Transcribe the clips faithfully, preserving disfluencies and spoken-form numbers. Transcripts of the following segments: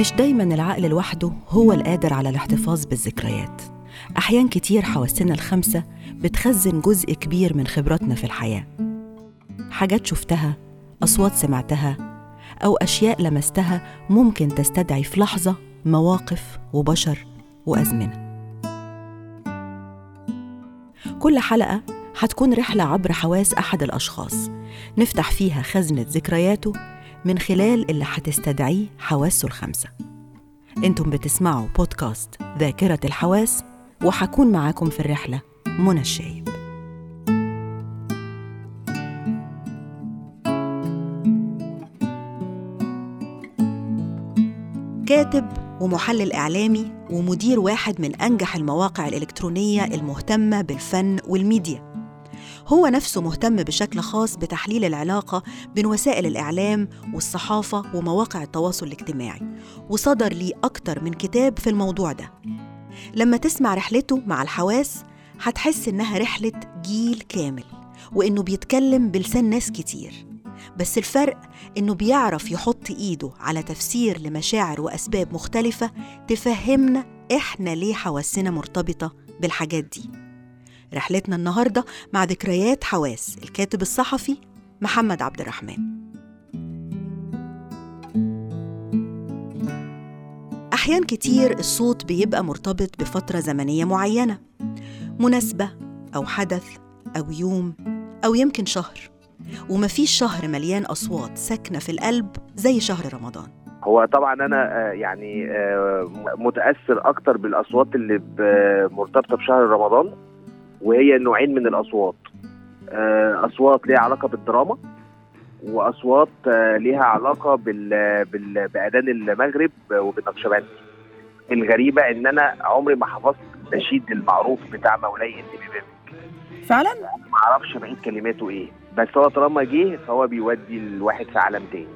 مش دايماً العقل لوحده هو القادر على الاحتفاظ بالذكريات. أحيان كتير حواسنا الخمسة بتخزن جزء كبير من خبراتنا في الحياة، حاجات شفتها، أصوات سمعتها، أو أشياء لمستها ممكن تستدعي في لحظة مواقف وبشر وأزمنة. كل حلقة هتكون رحلة عبر حواس أحد الأشخاص نفتح فيها خزنة ذكرياته من خلال اللي هتستدعيه حواسه الخمسة. انتم بتسمعوا بودكاست ذاكرة الحواس، وحكون معاكم في الرحلة منى الشايب. كاتب ومحلل إعلامي ومدير واحد من أنجح المواقع الإلكترونية المهتمة بالفن والميديا. هو نفسه مهتم بشكل خاص بتحليل العلاقة بين وسائل الإعلام والصحافة ومواقع التواصل الاجتماعي، وصدر لي أكتر من كتاب في الموضوع ده. لما تسمع رحلته مع الحواس هتحس إنها رحلة جيل كامل، وإنه بيتكلم بلسان ناس كتير، بس الفرق إنه بيعرف يحط إيده على تفسير لمشاعر وأسباب مختلفة تفهمنا إحنا ليه حواسنا مرتبطة بالحاجات دي. رحلتنا النهاردة مع ذكريات حواس الكاتب الصحفي محمد عبد الرحمن. أحيان كتير الصوت بيبقى مرتبط بفترة زمنية معينة، مناسبة أو حدث أو يوم أو يمكن شهر، ومفيش شهر مليان أصوات ساكنة في القلب زي شهر رمضان. هو طبعا أنا يعني متأثر أكتر بالأصوات اللي مرتبطة بشهر رمضان، وهي نوعين من الأصوات. أصوات ليها علاقة بالدراما، وأصوات ليها علاقة بال... بال... بأذان المغرب وبالنقشبند. الغريبة إن أنا عمري ما حفظت نشيد المعروف بتاع مولاي إني ببابك فعلا، ما أعرفش بقية كلماته إيه، بس هو طالما جه فهو بيودي الواحد في عالم تاني.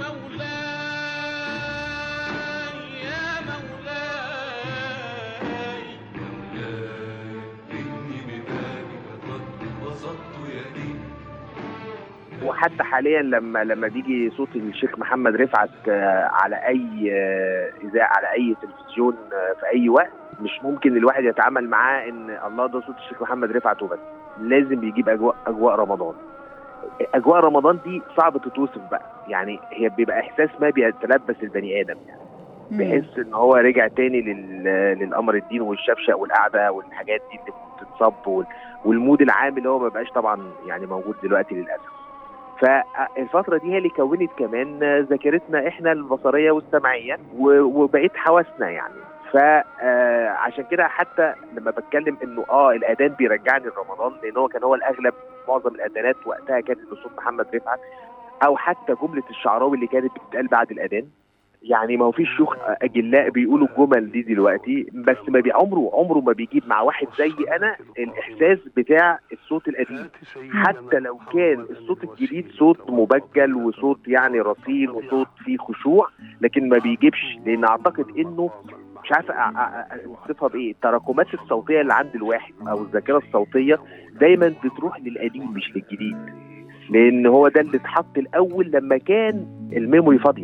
وحتى حاليا لما لما بيجي صوت الشيخ محمد رفعت على اي اذاعه على اي تلفزيون في اي وقت، مش ممكن الواحد يتعامل معاه ان الله ده صوت الشيخ محمد رفعت وبس، لازم بيجيب اجواء اجواء رمضان. اجواء رمضان دي صعب تتوصف بقى، يعني هي بيبقى احساس ما بيتلبس البني ادم، يعني بحس ان هو رجع تاني للقمر الدين والشفشق والقعده والحاجات دي اللي بتتصب، والمود العام اللي هو ما بقاش طبعا يعني موجود دلوقتي للاسف. فالفترة دي هي اللي كونت كمان ذاكرتنا احنا البصرية والسمعية وبقيت حواسنا يعني. فعشان كده حتى لما بتكلم انه اه الاذان بيرجعني لرمضان، لان هو كان هو الاغلب، معظم الاذانات وقتها كانت بصوت محمد رفعت، او حتى جملة الشعراوي اللي كانت بتتقال بعد الاذان. يعني ما هو فيش شيوخ اجلاء بيقولوا الجمل دي دلوقتي، بس ما بي عمره عمره ما بيجيب مع واحد زي انا الاحساس بتاع الصوت القديم، حتى لو كان الصوت الجديد صوت مبجل وصوت يعني رصين وصوت فيه خشوع، لكن ما بيجيبش، لان اعتقد انه مش عارف اوصفها بايه، التراكمات الصوتيه اللي عند الواحد او الذاكره الصوتيه دايما بتروح للقديم مش للجديد، لان هو ده اللي اتحط الاول لما كان الميموري فاضيه.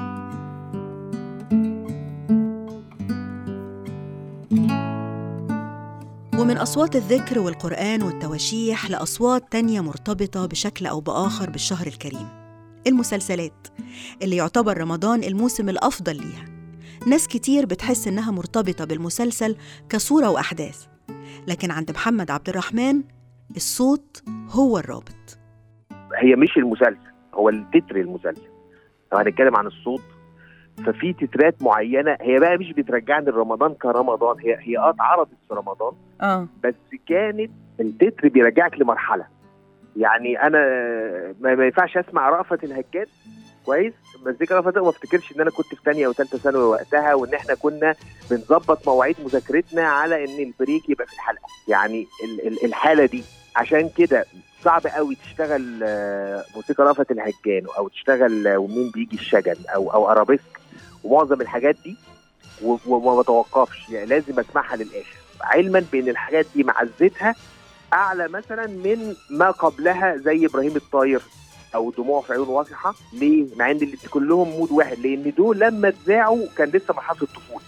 ومن أصوات الذكر والقرآن والتواشيح لأصوات تانية مرتبطة بشكل أو بآخر بالشهر الكريم، المسلسلات اللي يعتبر رمضان الموسم الأفضل ليها. ناس كتير بتحس إنها مرتبطة بالمسلسل كصورة وأحداث، لكن عند محمد عبد الرحمن الصوت هو الرابط. هي مش المسلسل، هو التتر المسلسل. لو هنتكلم عن الصوت ففي تترات معينه هي بقى مش بترجعني لرمضان كرمضان، هي هي اه اتعرضت في رمضان اه بس كانت التتر بيرجعك لمرحله. يعني انا ما, ما ينفعش اسمع رأفت الهجان كويس مزيكا رأفت وما افتكرش ان انا كنت في ثانيه وثالثه ثانوي وقتها، وان احنا كنا بنظبط مواعيد مذاكرتنا على ان البريك يبقى في الحلقه. يعني ال ال الحاله دي عشان كده صعب قوي تشتغل موسيقى رأفت الهجان او تشتغل ومين بيجي الشجن او او ارابيسك ومعظم الحاجات دي وما بتوقفش، يعني لازم اسمعها للاخر، علما بان الحاجات دي معزتها اعلى مثلا من ما قبلها زي ابراهيم الطاير او دموع في عيون واضحه. ليه؟ مع ان كلهم مود واحد، لان دول لما اتذاعوا كان لسه مرحله الطفوله.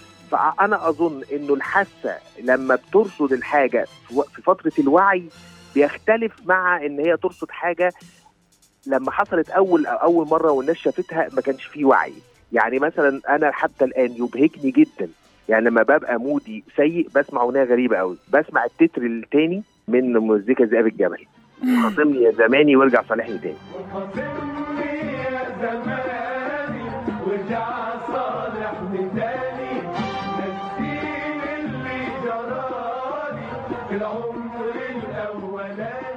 فانا اظن انه الحاسه لما بترصد الحاجه في فتره الوعي بيختلف مع ان هي ترصد حاجه لما حصلت اول اول مره والناس شافتها ما كانش فيه وعي. يعني مثلا انا حتى الان يبهجني جدا، يعني لما ببقى مودي سيء بسمع اغنيه غريبه قوي، بسمع التتر الثاني من مزيكا ذئاب الجبل، خاصمني يا زماني وارجع صالحني تاني. خاصمني يا زماني وارجع صالحني تاني، نسيني اللي جرالي في العمر الاولاني.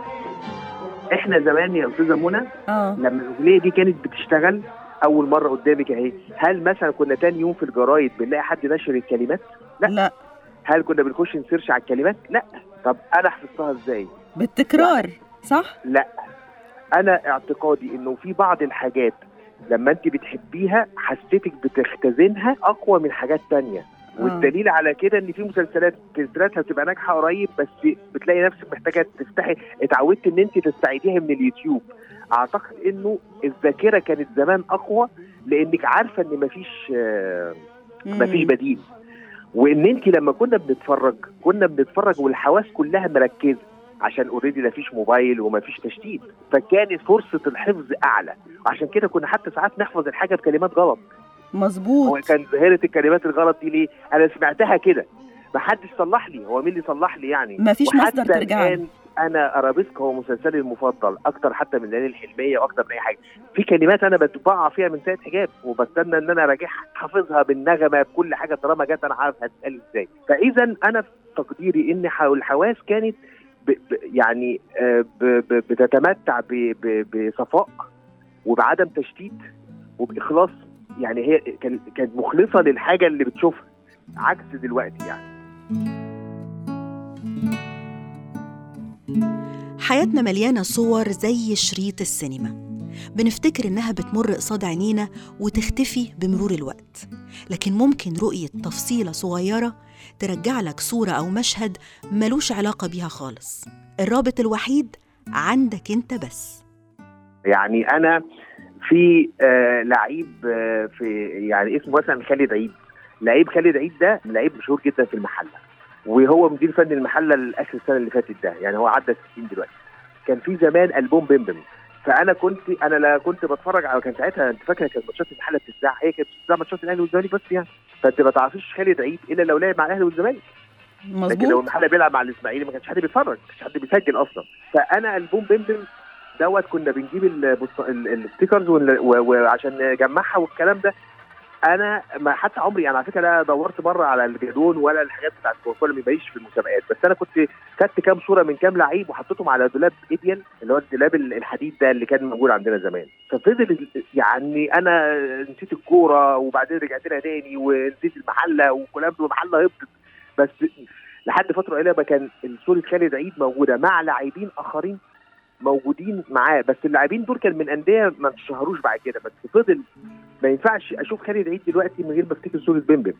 احنا زمان يا استاذه منى اه لما الاغنيه دي كانت بتشتغل اول مره قدامك اهي، هل مثلا كنا تاني يوم في الجرايد بنلاقي حد نشر الكلمات؟ لا. لا. هل كنا بنخش نسيرش على الكلمات؟ لا. طب انا حفظتها ازاي؟ بالتكرار. صح؟ لا، انا اعتقادي انه في بعض الحاجات لما انت بتحبيها حسيتك بتختزنها اقوى من حاجات تانية. آه. والدليل على كده ان في مسلسلات تتراتها بتبقى ناجحه قريب بس بتلاقي نفسك محتاجه تفتحي، اتعودت ان انت تستعيديها من اليوتيوب. اعتقد انه الذاكره كانت زمان اقوى لانك عارفه ان مفيش آه مفيش بديل، وان انت لما كنا بنتفرج كنا بنتفرج والحواس كلها مركزه عشان اوريدي لا فيش موبايل وما فيش تشتيت، فكانت فرصه الحفظ اعلى. وعشان كده كنا حتى ساعات نحفظ الحاجه بكلمات غلط. مظبوط. هو كان ظاهره الكلمات الغلط دي ليه؟ انا سمعتها كده ما حدش صلح لي، هو مين اللي صلح لي يعني؟ ما فيش مصدر ترجع له. انا ارابيسك هو مسلسلي المفضل اكتر حتى من ليالي الحلميه واكتر من اي حاجه. في كلمات انا بتبقع فيها من ساعه حجاب وبستنى ان انا اراجعها حافظها بالنغمه بكل حاجه طالما جت انا عارف هتسال ازاي. فاذا انا في تقديري ان الحواس كانت ب ب يعني ب ب بتتمتع ب ب بصفاء وبعدم تشتيت وباخلاص. يعني هي كانت مخلصه للحاجه اللي بتشوفها عكس دلوقتي. يعني حياتنا مليانة صور زي شريط السينما، بنفتكر إنها بتمر قصاد عينينا وتختفي بمرور الوقت، لكن ممكن رؤية تفصيلة صغيرة ترجع لك صورة أو مشهد ملوش علاقة بيها خالص. الرابط الوحيد عندك أنت بس. يعني أنا في آه لعيب آه في يعني اسمه مثلا خالد عيد. لعيب خالد عيد ده لعيب مشهور جدا في المحلة، وهو مدير فني المحله لاخر السنه اللي فاتت ده، يعني هو عدى ستين دلوقتي. كان في زمان البوم بيمبم، فانا كنت انا لا كنت بتفرج على، كان ساعتها انت فاكره كانت ماتشات المحله بتتذاع، هي كانت بتتذاع ماتشات الاهلي والزمالك بس يعني، فانت ما تعرفيش خالد عيد الا لو لعب مع الاهلي والزمالك. مظبوط. لكن لو المحله بيلعب مع الاسماعيلي ما كانش حد بيتفرج، ما كانش حد بيسجل اصلا. فانا البوم بيمبم دوت كنا بنجيب الستيكرز وعشان نجمعها والكلام ده. انا ما حتى عمري يعني على فكره لا دورت مره على الجدول ولا الحاجات بتاعت كوره ما بيعيش في المسابقات، بس انا كنت خدت كام صوره من كام لعيب وحطيتهم على دولاب ايديال اللي هو الدولاب الحديد ده اللي كان موجود عندنا زمان. ففضل يعني انا نسيت الكوره وبعدين رجعت لها تاني ونسيت المحله والكلام ده والمحله هبطت، بس لحد فتره قليله ما كان صوره خالد عيد موجوده مع لاعبين اخرين موجودين معاه، بس اللاعبين دول كان من انديه ما اتشهروش بعد كده، بس فضل ما ينفعش اشوف خالد عيد دلوقتي من غير ما افتكر صوره بيمبم.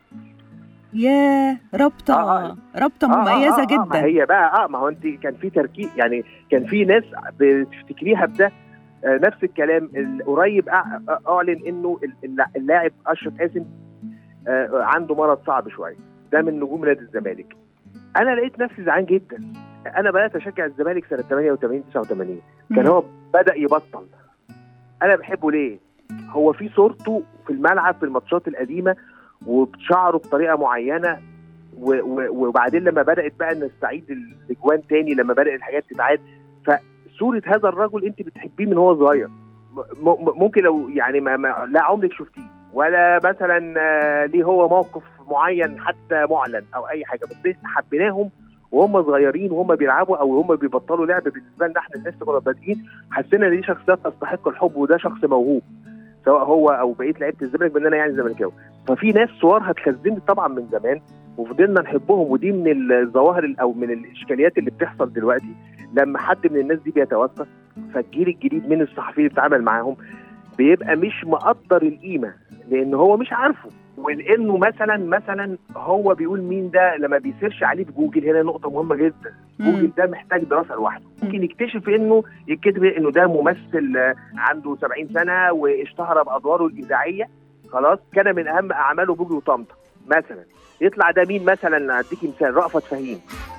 ياه رابطه آه رابطه مميزه آه آه جدا. آه ما هي بقى اه ما هو انت كان في تركيز، يعني كان في ناس بتفتكريها بده. آه نفس الكلام قريب اعلن انه اللاعب اشرف قاسم آه عنده مرض صعب شويه، ده من نجوم نادي الزمالك. انا لقيت نفسي زعلان جدا. انا بدات اشجع الزمالك سنه ثمانية وثمانين تسعة وثمانين، كان هو بدا يبطل. انا بحبه ليه؟ هو في صورته في الملعب في الماتشات القديمه وبشعره بطريقه معينه، وبعدين لما بدات بقى نستعيد الاجوان تاني، لما بدات الحاجات تتعاد، فصوره هذا الرجل انت بتحبيه من هو صغير. ممكن لو يعني ما, ما لا عمرك شفتيه ولا مثلا ليه هو موقف معين حتى معلن او اي حاجه، بس حبيناهم وهم صغيرين وهم بيلعبوا او هم بيبطلوا لعب. بالنسبه لنا احنا الناس كنا بادئين حسينا ان دي شخصيات تستحق الحب وده شخص موهوب، سواء هو او بقيه لعيبه الزمالك باننا يعني زملكاوي. ففي ناس صورها اتخزنت طبعا من زمان وفضلنا نحبهم، ودي من الظواهر او من الاشكاليات اللي بتحصل دلوقتي لما حد من الناس دي بيتوفى، فالجيل الجديد من الصحفيين اللي بيتعامل معاهم بيبقى مش مقدر القيمه لان هو مش عارفه. ولانه مثلا مثلا هو بيقول مين ده لما بيسيرش عليه في جوجل، هنا نقطه مهمه جدا، جوجل ده محتاج دراسه لوحده. ممكن يكتشف انه يكتب انه ده ممثل عنده سبعين سنه واشتهر بادواره الاذاعيه، خلاص كان من اهم اعماله بوجي وطمطم مثلا، يطلع ده مين مثلا؟ اديكي مثال، رأفت فهيم.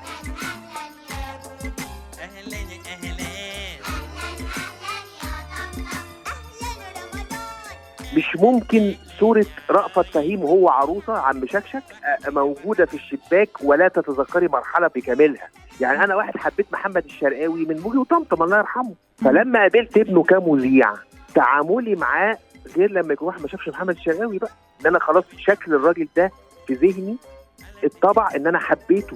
مش ممكن صورة رأفت فهيم وهو عروسة عم شكشك موجودة في الشباك ولا تتذكري مرحلة بكاملها. يعني أنا واحد حبيت محمد الشرقاوي من بوجي وطمطم الله يرحمه، فلما قابلت ابنه كمذيع تعاملي معاه غير لما يكون واحد ما شافش محمد الشرقاوي بقى، إن أنا خلاص شكل الراجل ده في ذهني الطبع إن أنا حبيته.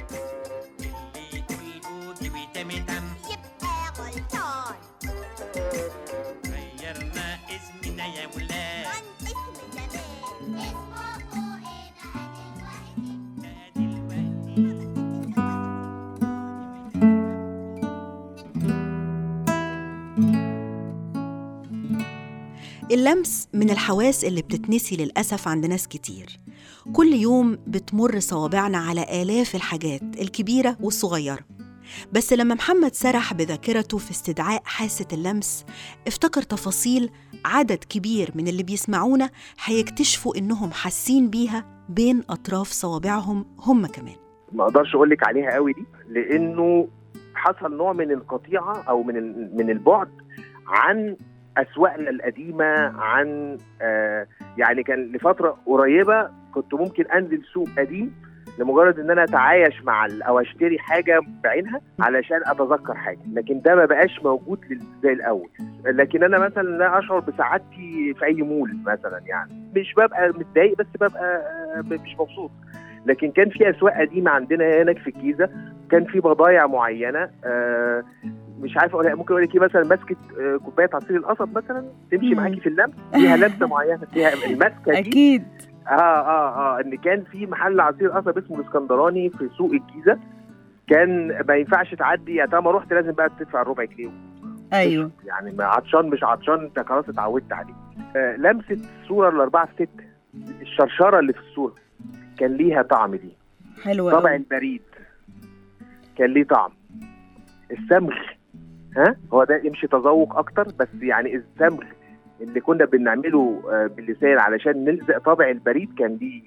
اللمس من الحواس اللي بتتنسي للأسف عند ناس كتير. كل يوم بتمر صوابعنا على آلاف الحاجات الكبيرة والصغيرة، بس لما محمد سرح بذاكرته في استدعاء حاسة اللمس افتكر تفاصيل عدد كبير من اللي بيسمعونا هيكتشفوا إنهم حاسين بيها بين أطراف صوابعهم هم كمان. ما أقدرش أقولك عليها قوي دي، لأنه حصل نوع من القطيعة أو من من البعد عن أسواقنا القديمة، عن آه يعني كان لفترة قريبة كنت ممكن أنزل سوق قديم لمجرد ان انا اتعايش مع او اشتري حاجه بعينها علشان اتذكر حاجه، لكن ده ما بقاش موجود زي الاول. لكن انا مثلا لا اشعر بسعادتي في اي مول مثلا، يعني مش ببقى متضايق بس ببقى مش مبسوط. لكن كان في اسواق قديمه عندنا هناك في الجيزه، كان في بضايع معينه آه مش عارف اقول، ممكن اقول لك مثلا مسكه آه كوبايه عصير القصب مثلا تمشي معاكي في اللمس، ليها لمسه معينه فيها المسكه دي اكيد. اه اه اه ان كان في محل عصير قصب اسمه الاسكندراني في سوق الجيزه، كان ما ينفعش تعدي، يا طالما رحت لازم بقى تدفع ربع جنيه. ايوه يعني ما عطشان مش عطشان انت خلاص اتعودت عليه. آه لمسه الصوره الاربعه في سته، الشرشره اللي في الصوره كان ليها طعم، دي حلوه. طبع البريد كان ليه طعم، الصمغ ها هو ده يمشي تذوق اكتر، بس يعني الصمغ اللي كنا بنعمله باللسان علشان نلزق طابع البريد كان ليه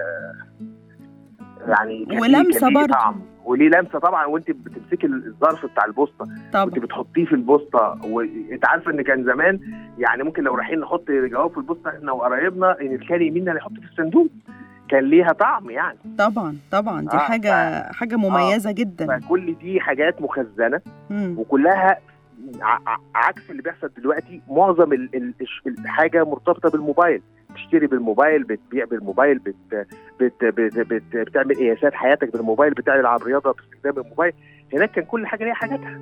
يعني كان ولمسه برضه، وليه لمسه طبعا. وانت بتمسكي الظرف بتاع البوسطه وانت بتحطيه في البوسطه، وانت عارفه ان كان زمان يعني ممكن لو رايحين نحط جواب في البوسطه احنا وقرايبنا ان الخالي مين اللي يحط في الصندوق، كان ليها طعم يعني. طبعا طبعا دي آه حاجه ف... حاجه مميزه آه جدا. فكل دي حاجات مخزنه مم. وكلها عكس اللي بيحصل دلوقتي. معظم الحاجه مرتبطه بالموبايل، بتشتري بالموبايل، بتبيع بالموبايل، بت بت بت بت بتعمل قياسات حياتك بالموبايل، بتلعب رياضه باستخدام الموبايل. هناك كان كل حاجه ليها حاجاتها.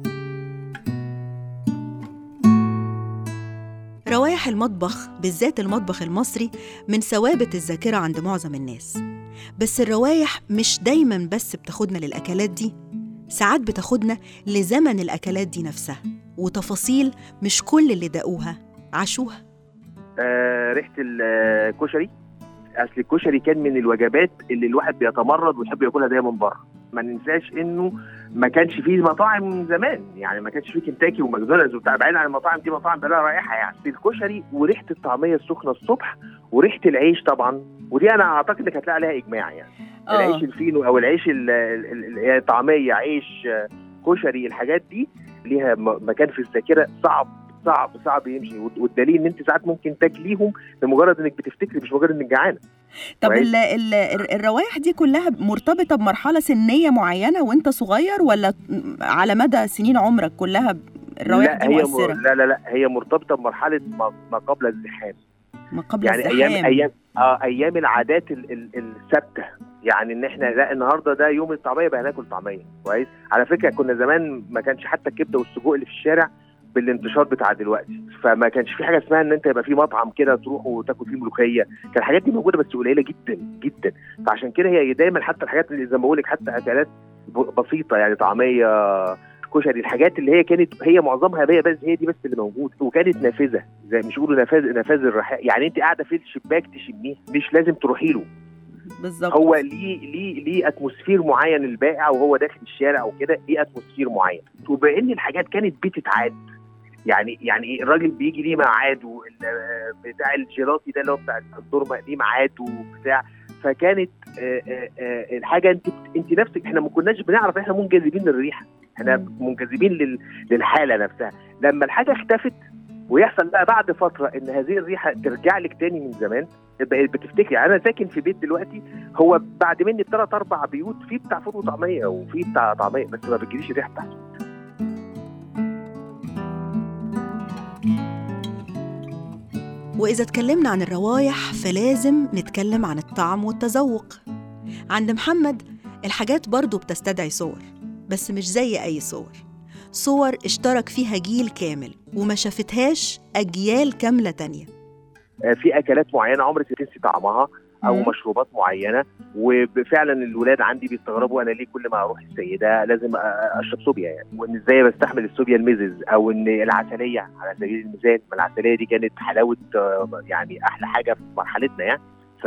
روايح المطبخ بالذات المطبخ المصري من ثوابت الذاكره عند معظم الناس، بس الروايح مش دايما بس بتاخدنا للاكلات دي، ساعات بتاخدنا لزمن الأكلات دي نفسها وتفاصيل مش كل اللي دقوها عاشوها. آه ريحة الكشري، أصل الكشري كان من الوجبات اللي الواحد بيتمرد ويحب ياكلها دايما من بره. ما ننساش إنه ما كانش فيه مطاعم من زمان، يعني ما كانش فيه كنتاكي وماكدونالدز وبتاع، بعيد عن المطاعم دي مطاعم بلا رائحة يعني. الكشري وريحة الطعمية السخنة الصبح وريحة العيش طبعا، ودي أنا أعتقد إنك هتلاقي عليها إجماع يعني. أوه. العيش الفينو أو العيش الطعمية، عيش كشري، الحاجات دي ليها مكان في الذاكرة صعب صعب صعب يمشي. والدليل ان انت ساعات ممكن تاكليهم لمجرد انك بتفتكري مش مجرد انك جعانه. طب ال ال الروايح دي كلها مرتبطه بمرحله سنيه معينه وانت صغير، ولا على مدى سنين عمرك كلها الروايح دي مؤثره؟ لا لا لا هي مرتبطه بمرحله ما قبل الزحام، ما قبل يعني الزحام. ايام ايام اه ايام العادات الثابته، يعني ان احنا لا النهارده ده يوم الطعميه بقى ناكل طعميه كويس. على فكره كنا زمان ما كانش حتى الكبده والسجق اللي في الشارع بالانتشار بتاع دلوقتي، فما كانش في حاجه اسمها ان انت يبقى في مطعم كده تروح وتاكل فيه ملوخيه. كان الحاجات دي موجوده بس قليله جدا جدا. فعشان كده هي دايما حتى الحاجات اللي زي ما بقول لك حتى اكلات بسيطه، يعني طعميه كشري، الحاجات اللي هي كانت هي معظمها بيئة بس هي دي بس اللي موجود، وكانت نافذة زي مش يقولوا نفاذ نفاذ الرحاق، يعني انت قاعدة في الشباك تشميه مش لازم تروحي له بالظبط. هو ليه ليه ليه اتموسفير معين البائع وهو داخل الشارع وكده، ليه اتموسفير معين. وبان الحاجات كانت بتتعاد، يعني يعني الراجل بيجي ليه ميعاد، بتاع الجيلاتي ده اللي هو بتاع الدورمه ليه ميعاد وبتاع. فكانت آآ آآ الحاجه انت انت نفسك احنا ما كناش بنعرف، احنا منجذبين للريحه، احنا منجذبين لل... للحاله نفسها. لما الحاجه اختفت ويحصل بقى بعد فتره ان هذه الريحه ترجع لك تاني من زمان، بتفتكري. انا ساكن في بيت دلوقتي هو بعد مني بثلاث اربع بيوت في بتاع فول وطعميه وفي بتاع طعميه، بس ما بتجيليش الريحه بتاعته. وإذا اتكلمنا عن الروايح فلازم نتكلم عن الطعم والتذوق. عند محمد الحاجات برضو بتستدعي صور، بس مش زي أي صور، صور اشترك فيها جيل كامل وما شافتهاش أجيال كاملة تانية. في أكلات معينة عمرك تنسي طعمها أو مم. مشروبات معينة، وفعلا الولاد عندي بيستغربوا أنا ليه كل ما أروح السيدة لازم أشرب صوبيا، يعني وإن إزاي بستحمل الصوبيا المزز، أو إن العسلية على سبيل المثال. العسلية دي كانت حلاوة، يعني أحلى حاجة في مرحلتنا يعني.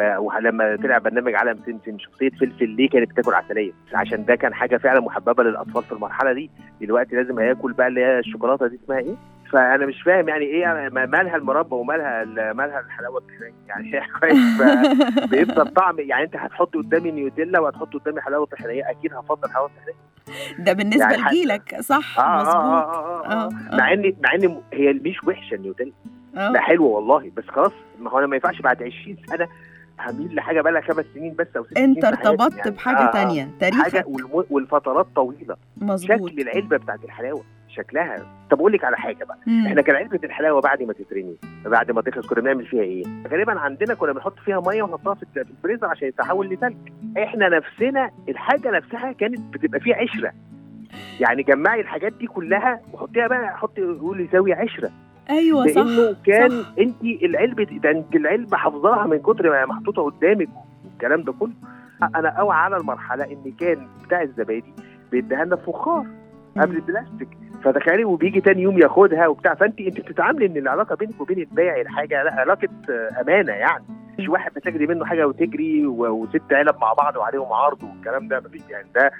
فلما طلع برنامج عالم سمسم شخصية فلفل ليه كانت بتاكل عسلية، عشان ده كان حاجة فعلا محببة للأطفال في المرحلة دي. دلوقتي لازم هياكل بقى اللي هي الشوكولاتة دي اسمها إيه؟ فانا مش فاهم يعني ايه مالها المربى ومالها مالها الحلاوه الطحينيه، يعني هي كويس بيفضل طعم. يعني انت هتحط قدامي نيوتيلا وهتحط قدامي حلاوه طحينيه، اكيد هفضل الحلاوه الطحينيه. ده بالنسبه يعني لجيلك صح. آه مظبوط. آه آه آه آه. آه. مع ان مع ان هي مش وحشه النيوتيلا، آه. لا حلوه والله، بس خلاص ما هو انا ما ينفعش بعد عشرين سنه هميل لحاجه بقى لها خمس سنين بس او ست سنين. انت ارتبطت يعني بحاجه آه تانية، تاريخك حاجه والفترات طويله. مظبوط. شكل العلبه بتاعت الحلاوه شكلها. طب اقول لك على حاجه بقى، مم. احنا كان علبه الحلاوه بعد ما تترمي بعد ما تخلص كنا بنعمل فيها ايه؟ غالبا عندنا كنا بنحط فيها ميه ونحطها في الفريزر عشان يتحول لثلج. احنا نفسنا الحاجه نفسها كانت بتبقى فيها عشره، يعني جمعي الحاجات دي كلها وحطيها بقى، حطي قولي زاويه عشره. ايوه صح، لانه كان صح. انت العلبه ده انت العلبه حافظاها من كتر ما محطوطه قدامك والكلام ده كله. انا اوعى على المرحله ان كان بتاع الزبادي بيديها لنا فخار قبل البلاستيك، فتخيلي وبيجي تاني يوم ياخدها وبتاع. فانت انت بتتعاملي ان العلاقه بينك وبين البائع الحاجه لا علاقه امانه، يعني مش واحد بتجري منه حاجه وتجري وست علب مع بعض وعليهم عرض والكلام ده، مفيش يعني ده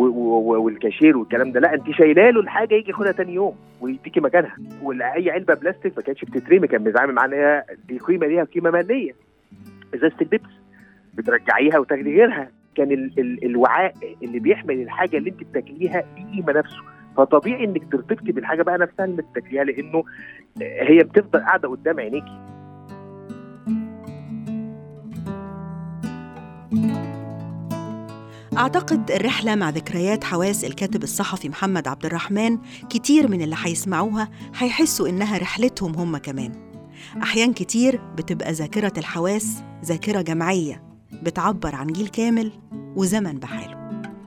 والكاشير والكلام ده. لا انت شايله له الحاجه يجي ياخدها تاني يوم ويديكي مكانها. واي علبه بلاستيك ما كانتش بتترمي، كان بيتعامل معاها دي قيمه ليها قيمه ماليه. ازازه البيبس بترجعيها وتاخدي غيرها. كان ال ال الوعاء اللي بيحمل الحاجه اللي انت بتاكليها قيمه نفسه، فطبيعي انك ترتبطي بالحاجه بقى نفسها اللي بتاكليها، لانه هي بتفضل قاعده قدام عينيكي. أعتقد الرحلة مع ذكريات حواس الكاتب الصحفي محمد عبد الرحمن كتير من اللي هيسمعوها هيحسوا إنها رحلتهم هم كمان. أحيان كتير بتبقى ذاكرة الحواس ذاكرة جمعية بتعبر عن جيل كامل وزمن بحاله.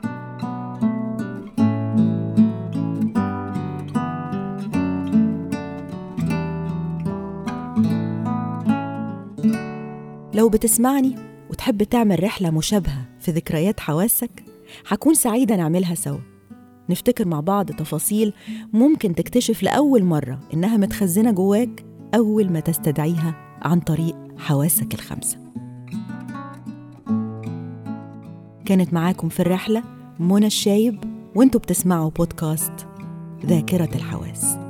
لو بتسمعني وتحب تعمل رحلة مشابهة في ذكريات حواسك، هكون سعيدة نعملها سوا، نفتكر مع بعض تفاصيل ممكن تكتشف لأول مرة إنها متخزنة جواك أول ما تستدعيها عن طريق حواسك الخمسة. كانت معاكم في الرحلة منى الشايب، وانتوا بتسمعوا بودكاست ذاكرة الحواس.